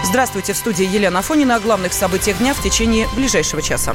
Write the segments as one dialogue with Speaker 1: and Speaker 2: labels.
Speaker 1: Здравствуйте, в студии Елена Афонина. О главных событиях дня в течение ближайшего часа.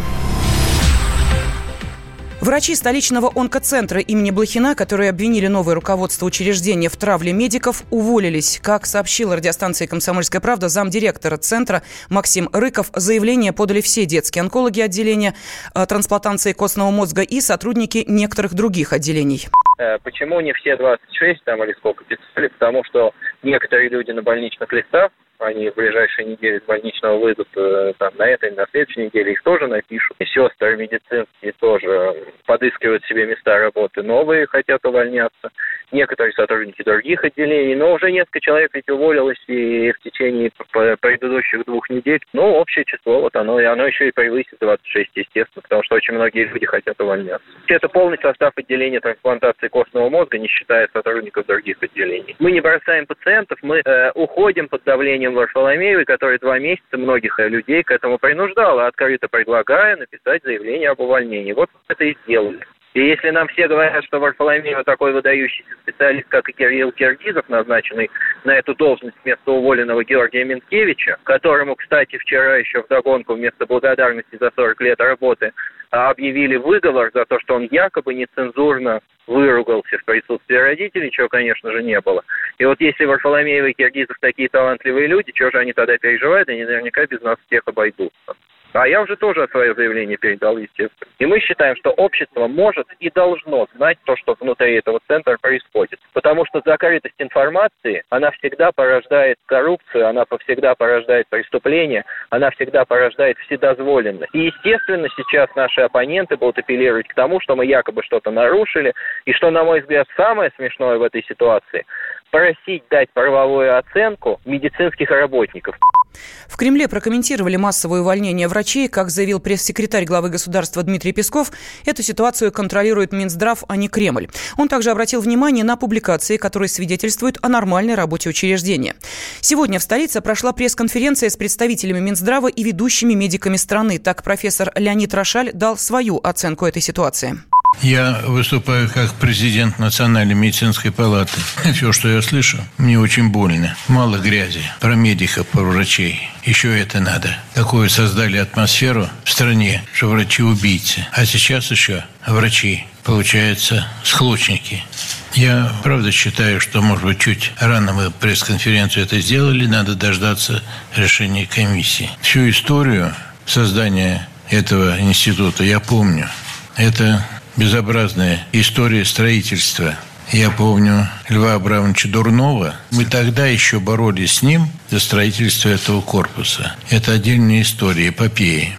Speaker 1: Врачи столичного онкоцентра имени Блохина, которые обвинили новое руководство учреждения в травле медиков, уволились. Как сообщила радиостанция «Комсомольская правда», замдиректора центра Максим Рыков, заявление подали все детские онкологи отделения трансплантации костного мозга и сотрудники некоторых других отделений.
Speaker 2: Почему не все 26 там или сколько писали? Потому что некоторые люди на больничных листах, они в ближайшие недели с больничного выйдут там, на этой, на следующей неделе, их тоже напишут. И сестры медицинские тоже подыскивают себе места работы, новые хотят увольняться. Некоторые сотрудники других отделений, но уже несколько человек ведь уволилось и в течение предыдущих 2 недель. Ну, общее число, вот оно еще и превысит 26, естественно, потому что очень многие люди хотят увольняться. Это полный состав отделения трансплантации костного мозга, не считая сотрудников других отделений. Мы не бросаем пациентов, мы уходим под давлением Варфоломеевой, которая 2 месяца многих людей к этому принуждала, открыто предлагая написать заявление об увольнении. Вот это и сделали. И если нам все говорят, что Варфоломеева такой выдающийся специалист, как и Кирилл Киргизов, назначенный на эту должность вместо уволенного Георгия Минкевича, которому, кстати, вчера еще вдогонку вместо благодарности за 40 лет работы объявили выговор за то, что он якобы нецензурно выругался в присутствии родителей, чего, конечно же, не было. И вот если Варфоломеева и Киргизов такие талантливые люди, чего же они тогда переживают, они наверняка без нас всех обойдутся. А я уже тоже свое заявление передал, естественно. И мы считаем, что общество может и должно знать то, что внутри этого центра происходит. Потому что закрытость информации, она всегда порождает коррупцию, она всегда порождает преступления, она всегда порождает вседозволенность. И, естественно, сейчас наши оппоненты будут апеллировать к тому, что мы якобы что-то нарушили, и что, на мой взгляд, самое смешное в этой ситуации – просить дать правовую оценку медицинских работников.
Speaker 1: В Кремле прокомментировали массовое увольнение врачей. Как заявил пресс-секретарь главы государства Дмитрий Песков, эту ситуацию контролирует Минздрав, а не Кремль. Он также обратил внимание на публикации, которые свидетельствуют о нормальной работе учреждения. Сегодня в столице прошла пресс-конференция с представителями Минздрава и ведущими медиками страны. Так профессор Леонид Рошаль дал свою оценку этой ситуации.
Speaker 3: Я выступаю как президент Национальной медицинской палаты. Все, что я слышу, мне очень больно. Мало грязи. Про медиков, про врачей. Еще это надо. Какую создали атмосферу в стране, что врачи убийцы. А сейчас еще врачи, получается, схлочники. Я правда считаю, что, может быть, чуть рано мы пресс-конференцию это сделали. Надо дождаться решения комиссии. Всю историю создания этого института я помню. Это безобразная история строительства. Я помню Льва Абрамовича Дурнова. Мы тогда еще боролись с ним за строительство этого корпуса. Это отдельная история, эпопея.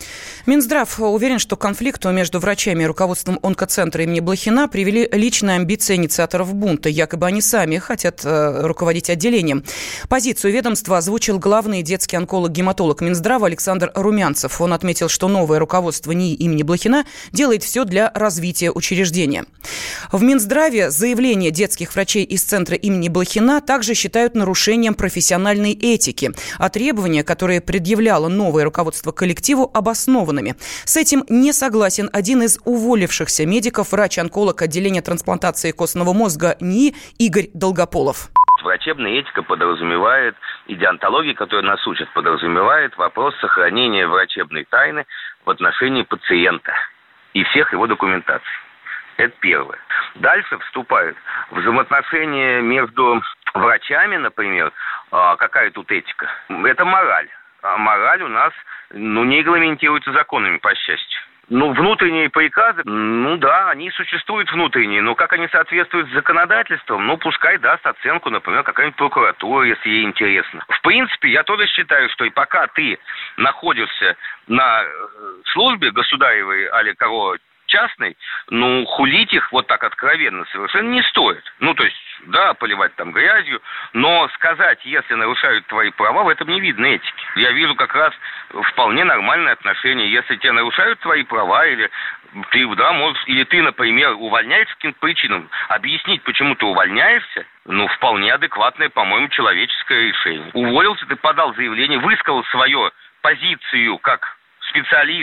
Speaker 1: Минздрав уверен, что к конфликту между врачами и руководством онкоцентра имени Блохина привели личные амбиции инициаторов бунта. Якобы они сами хотят руководить отделением. Позицию ведомства озвучил главный детский онколог-гематолог Минздрава Александр Румянцев. Он отметил, что новое руководство НИИ имени Блохина делает все для развития учреждения. В Минздраве заявления детских врачей из центра имени Блохина также считают нарушением профессиональной этики, а требования, которые предъявляло новое руководство коллективу, обоснованы. С этим не согласен один из уволившихся медиков, врач-онколог отделения трансплантации костного мозга НИИ Игорь Долгополов.
Speaker 4: Врачебная этика подразумевает, и деонтология, которая нас учат, подразумевает вопрос сохранения врачебной тайны в отношении пациента и всех его документаций. Это первое. Дальше вступают взаимоотношения между врачами, например. Какая тут этика? Это мораль. А мораль у нас, не регламентируется законами, по счастью. Внутренние приказы, да, они существуют внутренние, но как они соответствуют законодательству, пускай даст оценку, например, какая-нибудь прокуратура, если ей интересно. В принципе, я тоже считаю, что и пока ты находишься на службе государевой, али кого частной, хулить их вот так откровенно совершенно не стоит. То есть, да, поливать там грязью, но сказать, если нарушают твои права, в этом не видно этики. Я вижу как раз вполне нормальное отношение. Если тебе нарушают твои права, или ты, или ты, например, увольняешься по каким-то причинам, объяснить, почему ты увольняешься, вполне адекватное, по-моему, человеческое решение. Уволился, ты подал заявление, высказал свою позицию как специалист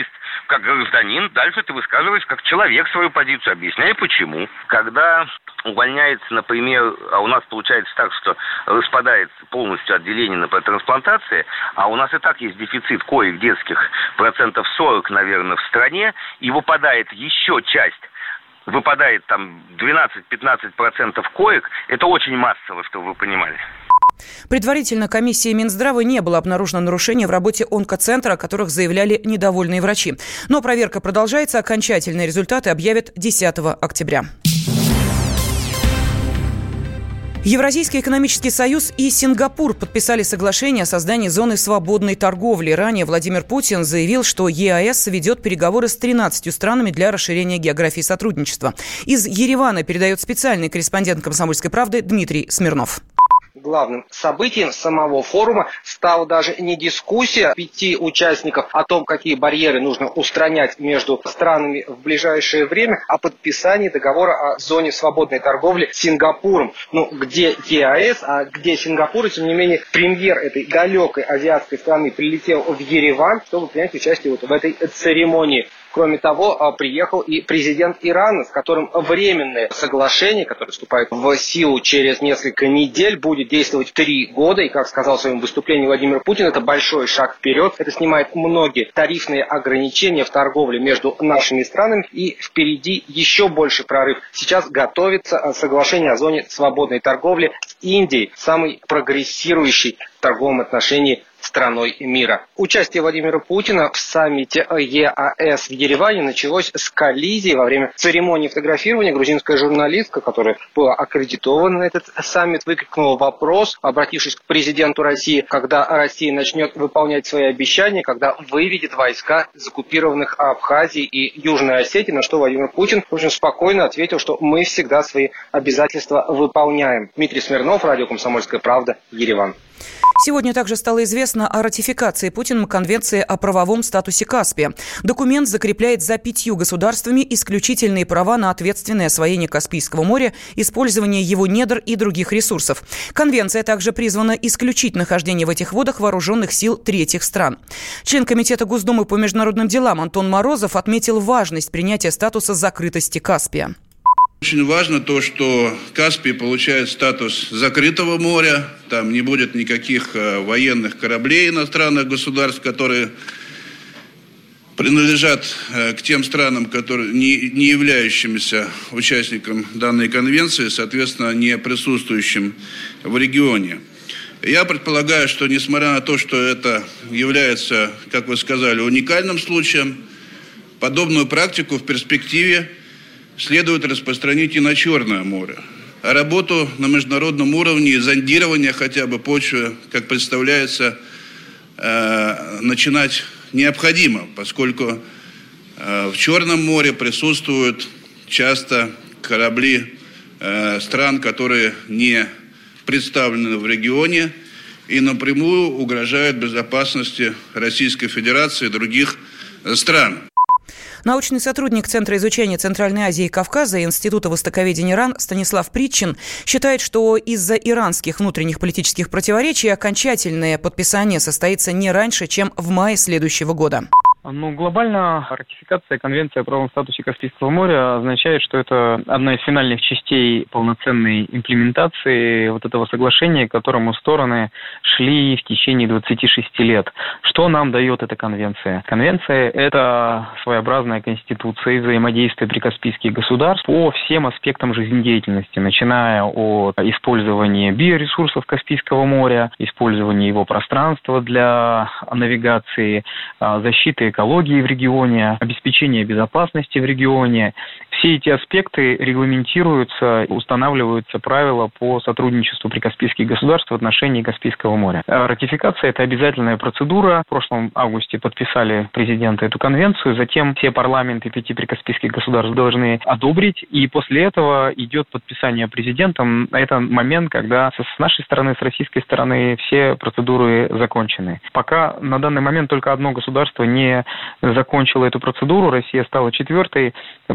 Speaker 4: как гражданин, дальше ты высказываешь как человек свою позицию, объясняй почему. Когда увольняется, например, а у нас получается так, что распадается полностью отделение на трансплантации, а у нас и так есть дефицит коек детских, 40%, наверное, в стране, и выпадает еще часть, выпадает там 12-15% коек, это очень массово, чтобы вы понимали.
Speaker 1: Предварительно комиссией Минздрава не было обнаружено нарушений в работе онкоцентра, о которых заявляли недовольные врачи. Но проверка продолжается, окончательные результаты объявят 10 октября. Евразийский экономический союз и Сингапур подписали соглашение о создании зоны свободной торговли. Ранее Владимир Путин заявил, что ЕАЭС ведет переговоры с 13 странами для расширения географии сотрудничества. Из Еревана передает специальный корреспондент «Комсомольской правды» Дмитрий Смирнов.
Speaker 5: Главным событием самого форума стала даже не дискуссия 5 участников о том, какие барьеры нужно устранять между странами в ближайшее время, а подписание договора о зоне свободной торговли с Сингапуром. Где ЕАЭС, а где Сингапур, и тем не менее премьер этой далекой азиатской страны прилетел в Ереван, чтобы принять участие в этой церемонии. Кроме того, приехал и президент Ирана, с которым временное соглашение, которое вступает в силу через несколько недель, будет действовать 3 года. И, как сказал в своем выступлении Владимир Путин, это большой шаг вперед. Это снимает многие тарифные ограничения в торговле между нашими странами. И впереди еще больше прорыв. Сейчас готовится соглашение о зоне свободной торговли с Индией, самой прогрессирующей в торговом отношении страной мира. Участие Владимира Путина в саммите ЕАЭС в Ереване началось с коллизии. Во время церемонии фотографирования грузинская журналистка, которая была аккредитована на этот саммит, выкрикнула вопрос, обратившись к президенту России, когда Россия начнет выполнять свои обещания, когда выведет войска из оккупированных Абхазии и Южной Осетии, на что Владимир Путин очень спокойно ответил, что мы всегда свои обязательства выполняем. Дмитрий Смирнов, радио «Комсомольская правда», Ереван.
Speaker 1: Сегодня также стало известно о ратификации Путиным Конвенции о правовом статусе Каспия. Документ закрепляет за 5 государствами исключительные права на ответственное освоение Каспийского моря, использование его недр и других ресурсов. Конвенция также призвана исключить нахождение в этих водах вооруженных сил третьих стран. Член Комитета Госдумы по международным делам Антон Морозов отметил важность принятия статуса закрытости Каспия.
Speaker 6: Очень важно то, что Каспий получает статус закрытого моря. Там не будет никаких военных кораблей иностранных государств, которые принадлежат к тем странам, которые не являющимися участником данной конвенции, соответственно, не присутствующим в регионе. Я предполагаю, что несмотря на то, что это является, как вы сказали, уникальным случаем, подобную практику в перспективе следует распространить и на Черное море. А работу на международном уровне, зондирование хотя бы почвы, как представляется, начинать необходимо, поскольку в Черном море присутствуют часто корабли стран, которые не представлены в регионе и напрямую угрожают безопасности Российской Федерации и других стран.
Speaker 1: Научный сотрудник Центра изучения Центральной Азии и Кавказа и Института востоковедения РАН Станислав Притчин считает, что из-за иранских внутренних политических противоречий окончательное подписание состоится не раньше, чем в мае следующего года.
Speaker 7: Глобально ратификация Конвенции о правовом статусе Каспийского моря означает, что это одна из финальных частей полноценной имплементации вот этого соглашения, к которому стороны шли в течение 26 лет. Что нам дает эта конвенция? Конвенция – это своеобразная конституция взаимодействия прикаспийских государств по всем аспектам жизнедеятельности, начиная от использования биоресурсов Каспийского моря, использования его пространства для навигации, защиты экологии в регионе, обеспечения безопасности в регионе. Все эти аспекты регламентируются, устанавливаются правила по сотрудничеству прикаспийских государств в отношении Каспийского моря. Ратификация – это обязательная процедура. В прошлом августе подписали президенты эту конвенцию, затем все парламенты 5 прикаспийских государств должны одобрить, и после этого идет подписание президентом. Это момент, когда с нашей стороны, с российской стороны все процедуры закончены. Пока на данный момент только одно государство не закончило эту процедуру, Россия стала 4-й. Проблемы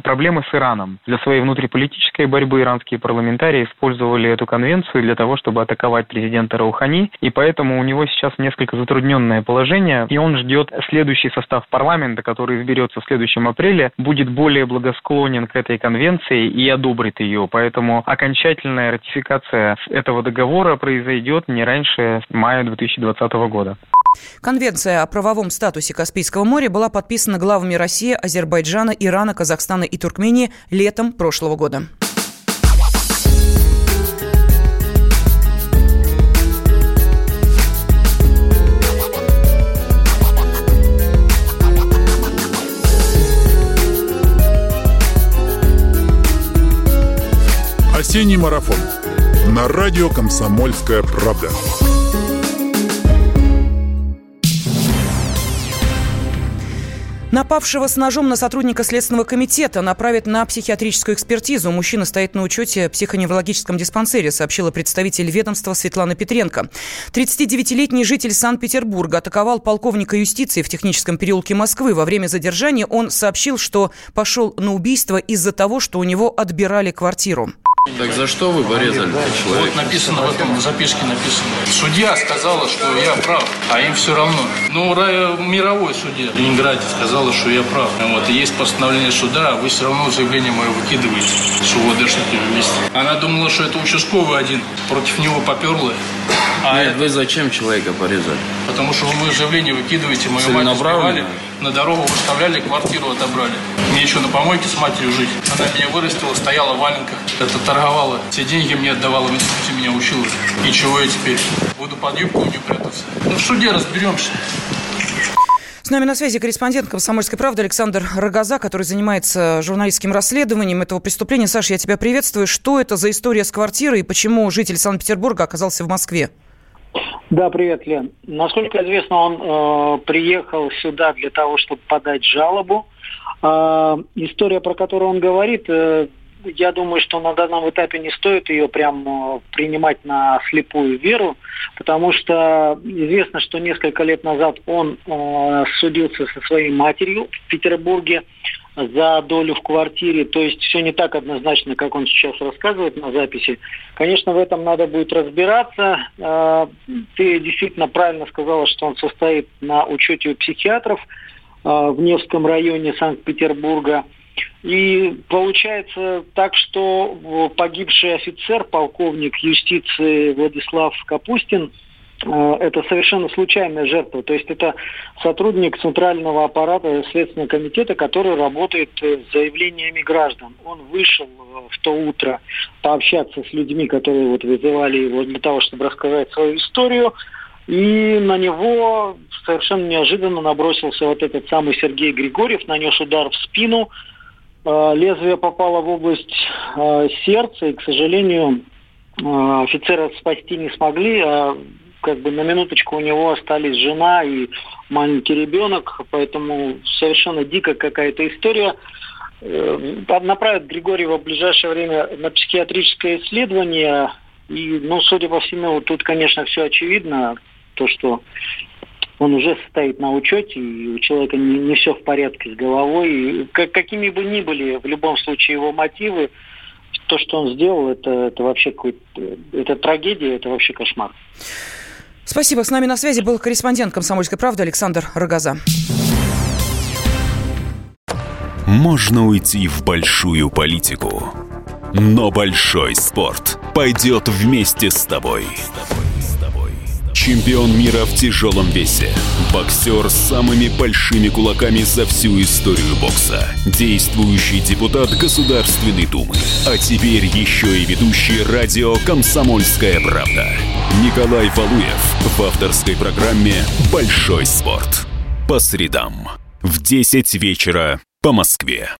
Speaker 7: с Ираном. Для своей внутриполитической борьбы иранские парламентарии использовали эту конвенцию для того, чтобы атаковать президента Роухани, и поэтому у него сейчас несколько затрудненное положение, и он ждет следующий состав парламента, который изберется в следующем апреле, будет более благосклонен к этой конвенции и одобрит ее. Поэтому окончательная ратификация этого договора произойдет не раньше мая 2020 года.
Speaker 1: Конвенция о правовом статусе Каспийского моря была подписана главами России, Азербайджана, Ирана, Казахстана и Туркмении летом прошлого года.
Speaker 8: Осенний марафон на радио «Комсомольская правда».
Speaker 1: Напавшего с ножом на сотрудника Следственного комитета направят на психиатрическую экспертизу. Мужчина стоит на учете в психоневрологическом диспансере, сообщила представитель ведомства Светлана Петренко. 39-летний житель Санкт-Петербурга атаковал полковника юстиции в Техническом переулке Москвы. Во время задержания он сообщил, что пошел на убийство из-за того, что у него отбирали квартиру.
Speaker 9: Так за что вы порезали человека?
Speaker 10: Вот написано в этом, в записке написано. Судья сказала, что я прав, а им все равно. Ну, мировой судья в Ленинграде сказала, что я прав. Вот, и есть постановление суда, а вы все равно заявление мое выкидываете с УВДшниками вместе. Она думала, что это участковый один, против него поперло.
Speaker 9: Нет, вы зачем человека порезали?
Speaker 10: Потому что вы мое заявление выкидываете, мою мать избивали, на дорогу выставляли, квартиру отобрали. Мне еще на помойке с матерью жить. Она меня вырастила, стояла в валенках, это торговала, все деньги мне отдавала, в институте меня учила. И чего я теперь? Буду под юбку у нее прятаться? Ну, в суде разберемся.
Speaker 1: С нами на связи корреспондент «Комсомольской правды» Александр Рогоза, который занимается журналистским расследованием этого преступления. Саша, я тебя приветствую. Что это за история с квартирой и почему житель Санкт-Петербурга оказался в Москве?
Speaker 11: Да, привет, Лен. Насколько известно, он приехал сюда для того, чтобы подать жалобу. История, про которую он говорит, я думаю, что на данном этапе не стоит ее прям принимать на слепую веру, потому что известно, что несколько лет назад он судился со своей матерью в Петербурге за долю в квартире. То есть все не так однозначно, как он сейчас рассказывает на записи. Конечно, в этом надо будет разбираться. Ты действительно правильно сказала, что он состоит на учете у психиатров в Невском районе Санкт-Петербурга. И получается так, что погибший офицер, полковник юстиции Владислав Капустин, это совершенно случайная жертва. То есть это сотрудник центрального аппарата Следственного комитета, который работает с заявлениями граждан. Он вышел в то утро пообщаться с людьми, которые вот вызывали его для того, чтобы рассказать свою историю. И на него совершенно неожиданно набросился вот этот самый Сергей Григорьев, нанес удар в спину. Лезвие попало в область сердца, и, к сожалению, офицера спасти не смогли. Как бы на минуточку у него остались жена и маленький ребенок, поэтому совершенно дикая какая-то история. Направят Григорьева в ближайшее время на психиатрическое исследование. И, судя по всему, тут, конечно, все очевидно, то, что он уже стоит на учете, и у человека не все в порядке с головой. И какими бы ни были в любом случае его мотивы, то, что он сделал, это вообще это трагедия, это вообще кошмар.
Speaker 1: Спасибо. С нами на связи был корреспондент «Комсомольской правды» Александр Рогоза.
Speaker 12: Можно уйти в большую политику, но большой спорт пойдет вместе с тобой. Чемпион мира в тяжелом весе. Боксер с самыми большими кулаками за всю историю бокса. Действующий депутат Государственной Думы. А теперь еще и ведущий радио «Комсомольская правда». Николай Валуев в авторской программе «Большой спорт». По средам в 10 вечера по Москве.